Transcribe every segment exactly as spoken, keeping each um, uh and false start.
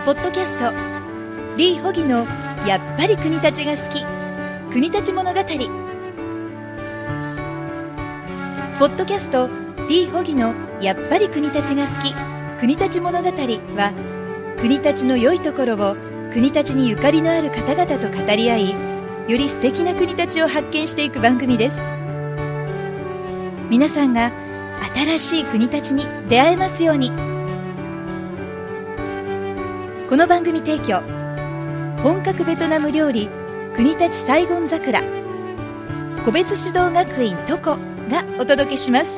ポッドキャストリー・ホギのやっぱり国立が好き国立物語。ポッドキャストリー・ホギのやっぱり国立が好き国立物語は、国立の良いところを国立にゆかりのある方々と語り合い、より素敵な国立を発見していく番組です。皆さんが新しい国立に出会えますように。この番組提供、本格ベトナム料理国立サイゴン桜、個別指導学院トコがお届けします。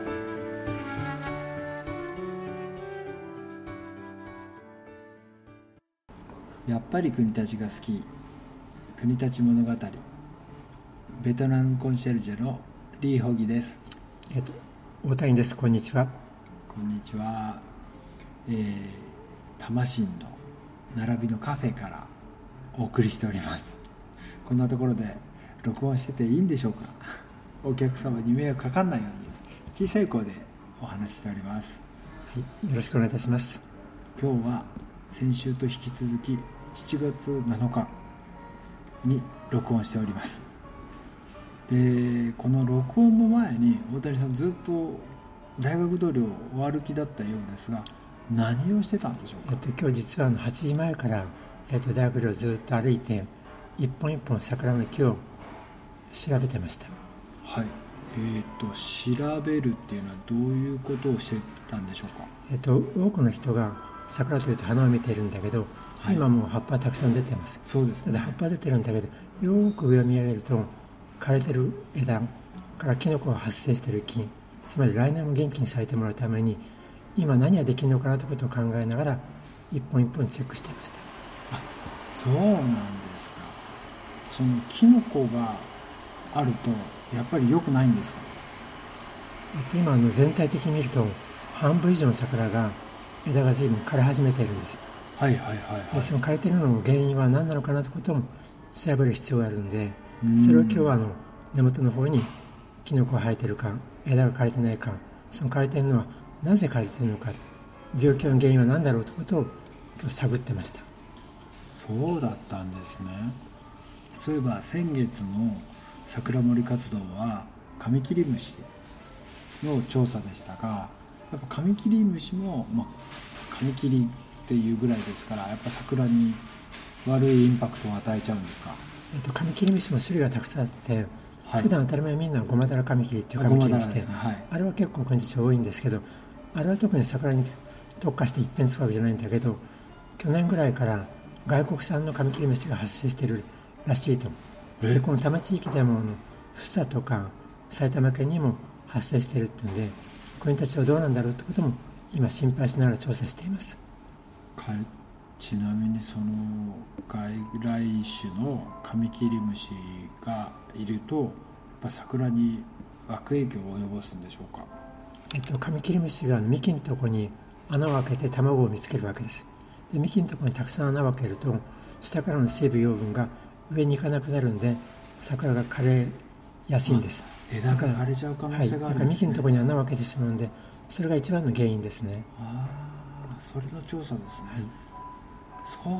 やっぱり国立が好き国立物語、ベトナムコンシェルジェのリー・ホギです。 えっと、大谷です。こんにちは。 こんにちは。えー、魂の並びのカフェからお送りしております。こんなところで録音してていいんでしょうか。お客様に迷惑かかんないように小さい声でお話ししております。 はい、よろしくお願いいたします。 今日は先週と引き続きしちがつなのかに録音しております。で、この録音の前に大谷さんずっと大学通りをお歩きだったようですが、何をしてたんでしょうか。 えっと、今日実はあのはちじまえから、えっと、大学通りをずっと歩いて一本一本桜の木を調べてました。 はい。えー、と調べるっていうのはどういうことをしてたんでしょうか。 えっと、多くの人が桜というと花を見ているんだけど、はい、今もう葉っぱたくさん出てます。 そうですね。 ただ葉っぱ出てるんだけど、よーく上を見上げると枯れてる枝からキノコが発生している木、つまり来年も元気に咲いてもらうために今何ができるのかなということを考えながら一本一本チェックしていました。 あ、そうなんですか。そのキノコがあるとやっぱり良くないんですか。 えっと、今あの全体的に見ると半分以上の桜が枝が随分枯れ始めているんです。 はいはいはい、はい、 でその枯れているのの原因は何なのかなということも調べる必要があるので、それを今日はあの根元の方にキノコが生えているか枝が枯れてないか、その枯れているのはなぜ枯れているのか、病気の原因は何だろうということを今日探ってました。 そうだったんですね。そういえば先月の桜森活動はカミキリムシの調査でしたが、やっぱカミキリムシも、まあ、カミキリっていうぐらいですから、やっぱ桜に悪いインパクトを与えちゃうんですか。 えっと、カミキリムシも種類がたくさんあって、 はい、 普段当たり前に見るのはゴマダラカミキリっていうカミキリムシで、 ね、はい、 あれは結構国立多いんですけど、あれは特に桜に特化して一遍使うわけじゃないんだけど、去年ぐらいから外国産のカミキリムシが発生しているらしいと。でこの多摩地域でも房とか埼玉県にも発生しているっていうので、国たちはどうなんだろうということも今心配しながら調査しています。 ちなみにその外来種のカミキリムシがいるとやっぱ桜に悪影響を及ぼすんでしょうか。 えっと、カミキリムシが幹のところに穴を開けて卵を見つけるわけです。で幹のところにたくさん穴を開けると下からの水分養分が上に行かなくなるんで桜が枯れやすいんです。 枝が枯れちゃう可能性があるんですね。 はい、だから幹のところに穴を開けてしまうんで、それが一番の原因ですね。 ああ、それの調査ですね。はい、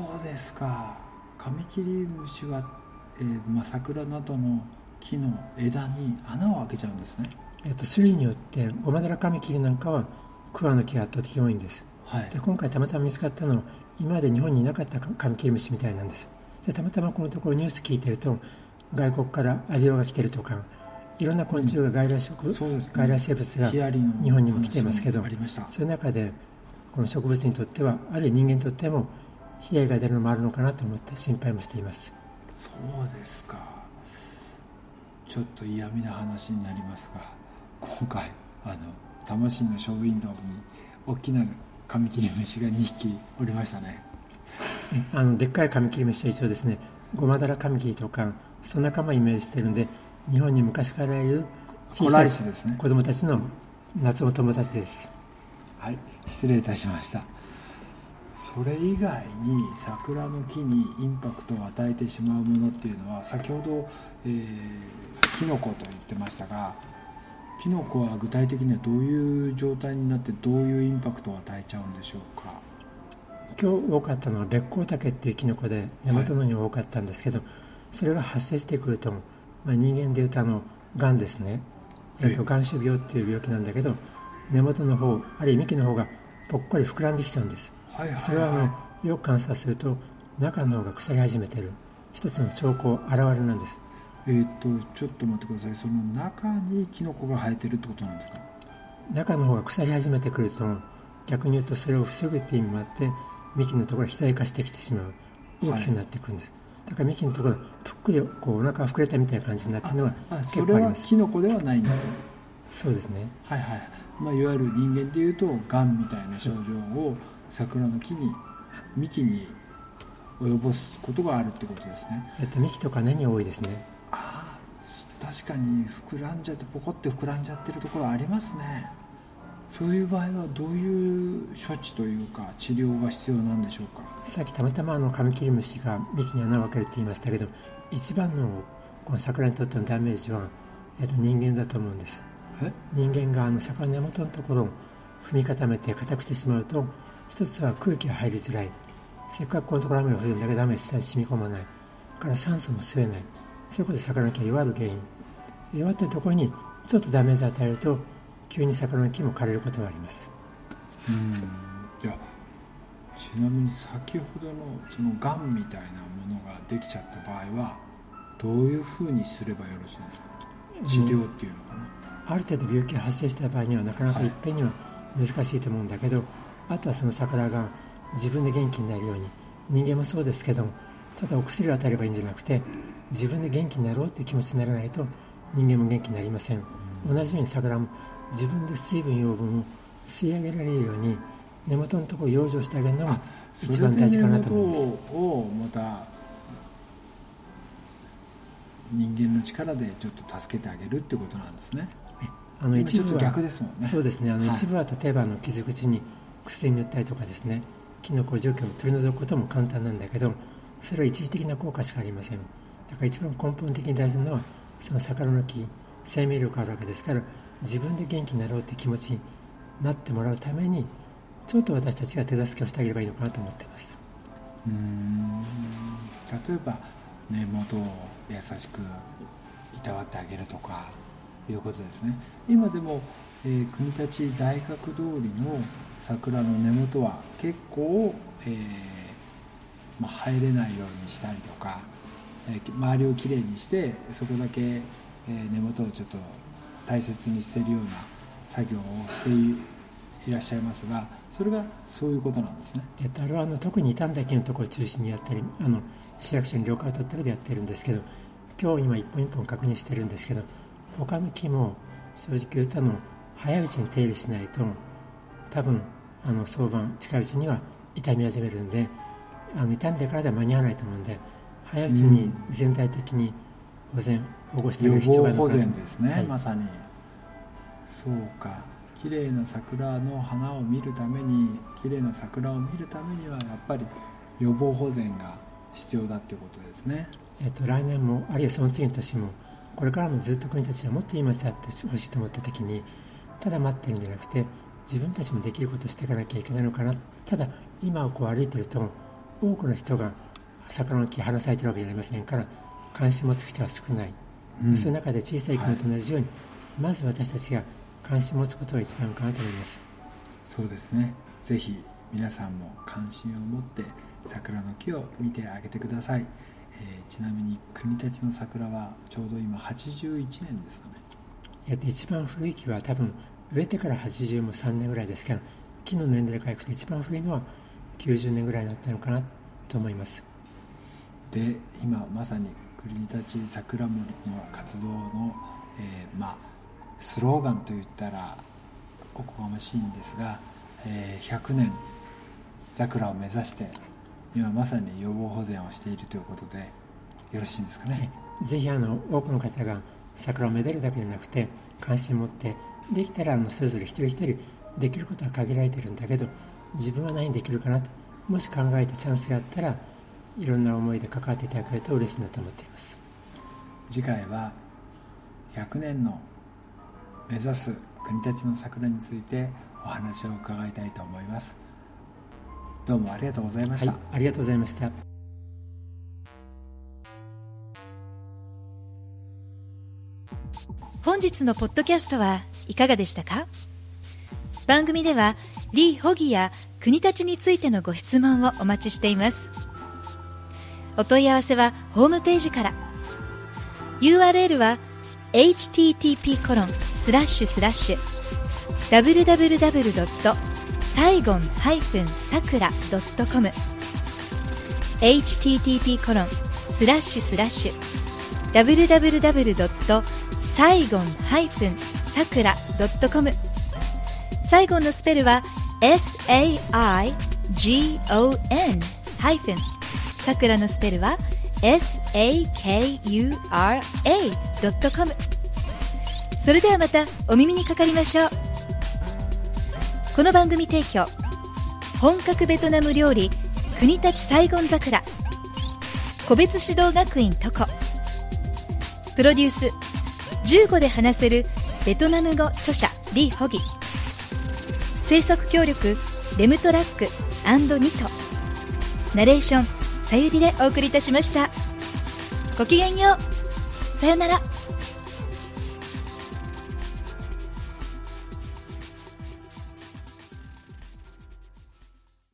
そうですか。カミキリムシは、えーまあ、桜などの木の枝に穴を開けちゃうんですね。 えっと、種類によってゴマダラカミキリなんかは桑の木が圧倒的に多いんです。 はい、 で今回たまたま見つかったのは今まで日本にいなかったカミキリムシみたいなんです。でたまたまこのところニュース聞いてると外国からアリオが来てるとかいろんな昆虫が外来植、うんね、外来生物が日本にも来ていますけど、そういう中でこの植物にとってはあるいは人間にとっても被害が出るのもあるのかなと思って心配もしています。 そうですか。ちょっと嫌味な話になりますが、今回あの多摩市のショーウィンドウに大きなカミキリムシがにひきおりましたね。 あのでっかいカミキリムシは一応ですね、ゴマダラカミキリとかその仲間をイメージしているので、日本に昔からいる小さい子供たちの夏の友達です。 はい、失礼いたしました。それ以外に桜の木にインパクトを与えてしまうものっていうのは、先ほど、えー、キノコと言ってましたが、キノコは具体的にはどういう状態になってどういうインパクトを与えちゃうんでしょうか。 今日多かったのはベッコウタケっていうキノコで根元のに多かったんですけど、はい、それが発生してくると、まあ、人間でいうとあのがんですね、えー、とがん種病っていう病気なんだけど、根元の方あるいは幹の方がぽっこり膨らんできちゃうんです、はいはいはい、それはあのよく観察すると中の方が腐り始めている一つの兆候現れなんです。 えー、とちょっと待ってください。その中にキノコが生えてるってことなんですか？ 中の方が腐り始めてくると逆に言うとそれを防ぐっていう意味もあって幹のところが肥大化してきてしまう、大きくなっていくんです、はい、だから幹のところがぷっくりこうお腹が膨れたみたいな感じになっているのが結構あります。 それはキノコではないんですね。 そうですね、 はいはい、まあ、いわゆる人間でいうとがんみたいな症状を桜の木に幹に及ぼすことがあるってことですね。 えっと、幹とか根に多いですね。 ああ、確かに膨らんじゃってポコって膨らんじゃってるところありますね。そういう場合はどういう処置というか治療が必要なんでしょうか？ さっきたまたまあのカミキリムシが幹に穴を開けるって言いましたけど、一番のこの桜にとってのダメージは、えっと、人間だと思うんです。え人間があの桜の根元のところを踏み固めて硬くしてしまうと、一つは空気が入りづらい、せっかくこのところ雨が降るんだけど雨が下に染み込まないから酸素も吸えない、そういうことで桜の木が弱る原因、弱っているところにちょっとダメージを与えると急に桜の木も枯れることがあります。 うん、いやちなみに先ほどのそのがんみたいなものができちゃった場合はどういうふうにすればよろしいんですか？治療っていうのかな、 うん、ある程度病気が発生した場合にはなかなかいっぺんには難しいと思うんだけど、はい、あとはその桜が自分で元気になるように、人間もそうですけどただお薬を与えればいいんじゃなくて自分で元気になろうという気持ちにならないと人間も元気になりません。同じように桜も自分で水分養分を吸い上げられるように根元のところを養生してあげるのが一番大事かなと思います。 それで根元をまた人間の力でちょっと助けてあげるってことなんですね。 あの一部はちょっと逆ですもんね。 そうですね、あの一部は例えばあの傷口に薬塗ったりとかですね、キノコ除去を取り除くことも簡単なんだけど、それは一時的な効果しかありません。だから一番根本的に大事なのはその桜の木、生命力あるわけですから、自分で元気になろうという気持ちになってもらうためにちょっと私たちが手助けをしてあげればいいのかなと思っています。 うーん、例えば根元を優しくいたわってあげるとかいうことですね。今でも、えー、国立大学通りの桜の根元は結構、えーまあ、入れないようにしたりとか、えー、周りをきれいにしてそこだけ、えー、根元をちょっと大切にしているような作業をしていらっしゃいますが、それがそういうことなんですね。 えっと、あれはあの特に傷んだ木のところを中心にやったり、あの市役所に了解を取ったりでやってるんですけど、今日今一本一本確認してるんですけど、他の木も正直言うとあの早いうちに手入れしないと多分あの早晩近いうちには傷み始めるんで、あの傷んでからでは間に合わないと思うんで、早いうちに全体的に保全保護してあげる必要があるのかなと。 予防保全ですね、はい、まさにそうか。綺麗な桜の花を見るために、綺麗な桜を見るためにはやっぱり予防保全が必要だっていうことですね。 えっと、来年もあるいはその次の年もこれからもずっと国たちはもっと今やってほしいと思った時に、ただ待ってるんじゃなくて自分たちもできることをしていかなきゃいけないのかな。ただ今をこう歩いていると多くの人が桜の木花咲いてるわけじゃありませんから関心を持つ人は少ない、うん、そういう中で小さい国と同じように、はい、まず私たちが関心を持つことが一番かなと思います。 そうですね、ぜひ皆さんも関心を持って桜の木を見てあげてください。えー、ちなみに国立の桜はちょうど今はちじゅういちねんですかね。 えっと、一番古い木は多分植えてからはちじゅうさんねんぐらいですけど、木の年齢からいくと一番古いのはきゅうじゅうねんぐらいになったのかなと思います。 で今まさに国立桜森の活動の、えー、まあスローガンといったらおこがましいんですが、えー、ひゃくねん桜を目指して今まさに予防保全をしているということでよろしいんですかね。 ぜひあの多くの方が桜をめでるだけでなくて関心を持って、できたらあのそれぞれ一人一人できることは限られているんだけど、自分は何できるかなと、もし考えたチャンスがあったらいろんな思いで関わっていただけると嬉しいなと思っています。 次回はひゃくねんの目指す国立の桜についてお話を伺いたいと思います。 どうもありがとうございました。 はい、ありがとうございました。 本日のポッドキャストはいかがでしたか？番組では李保義や国立についてのご質問をお待ちしています。お問い合わせはホームページから。 ユーアールエル は エイチティーティーピーコロンスラッシュスラッシュダブリュダブリュダブリュドットサイゴンさくらドットコム エイチティーティーピーコロンスラッシュスラッシュダブリュダブリュダブリュドットサイゴンさくらドットコム。サイゴンのスペルは エスエーアイジオエヌ ハイフン、さくらのスペルは エスエーケーユーアールエー ドットコム。それではまたお耳にかかりましょう。この番組提供、本格ベトナム料理国立サイゴン桜、個別指導学院トコ、プロデュースじゅうごで話せるベトナム語著者李保義、制作協力レムトラック&ニト、ナレーションさゆりでお送りいたしました。ごきげんよう。さよなら。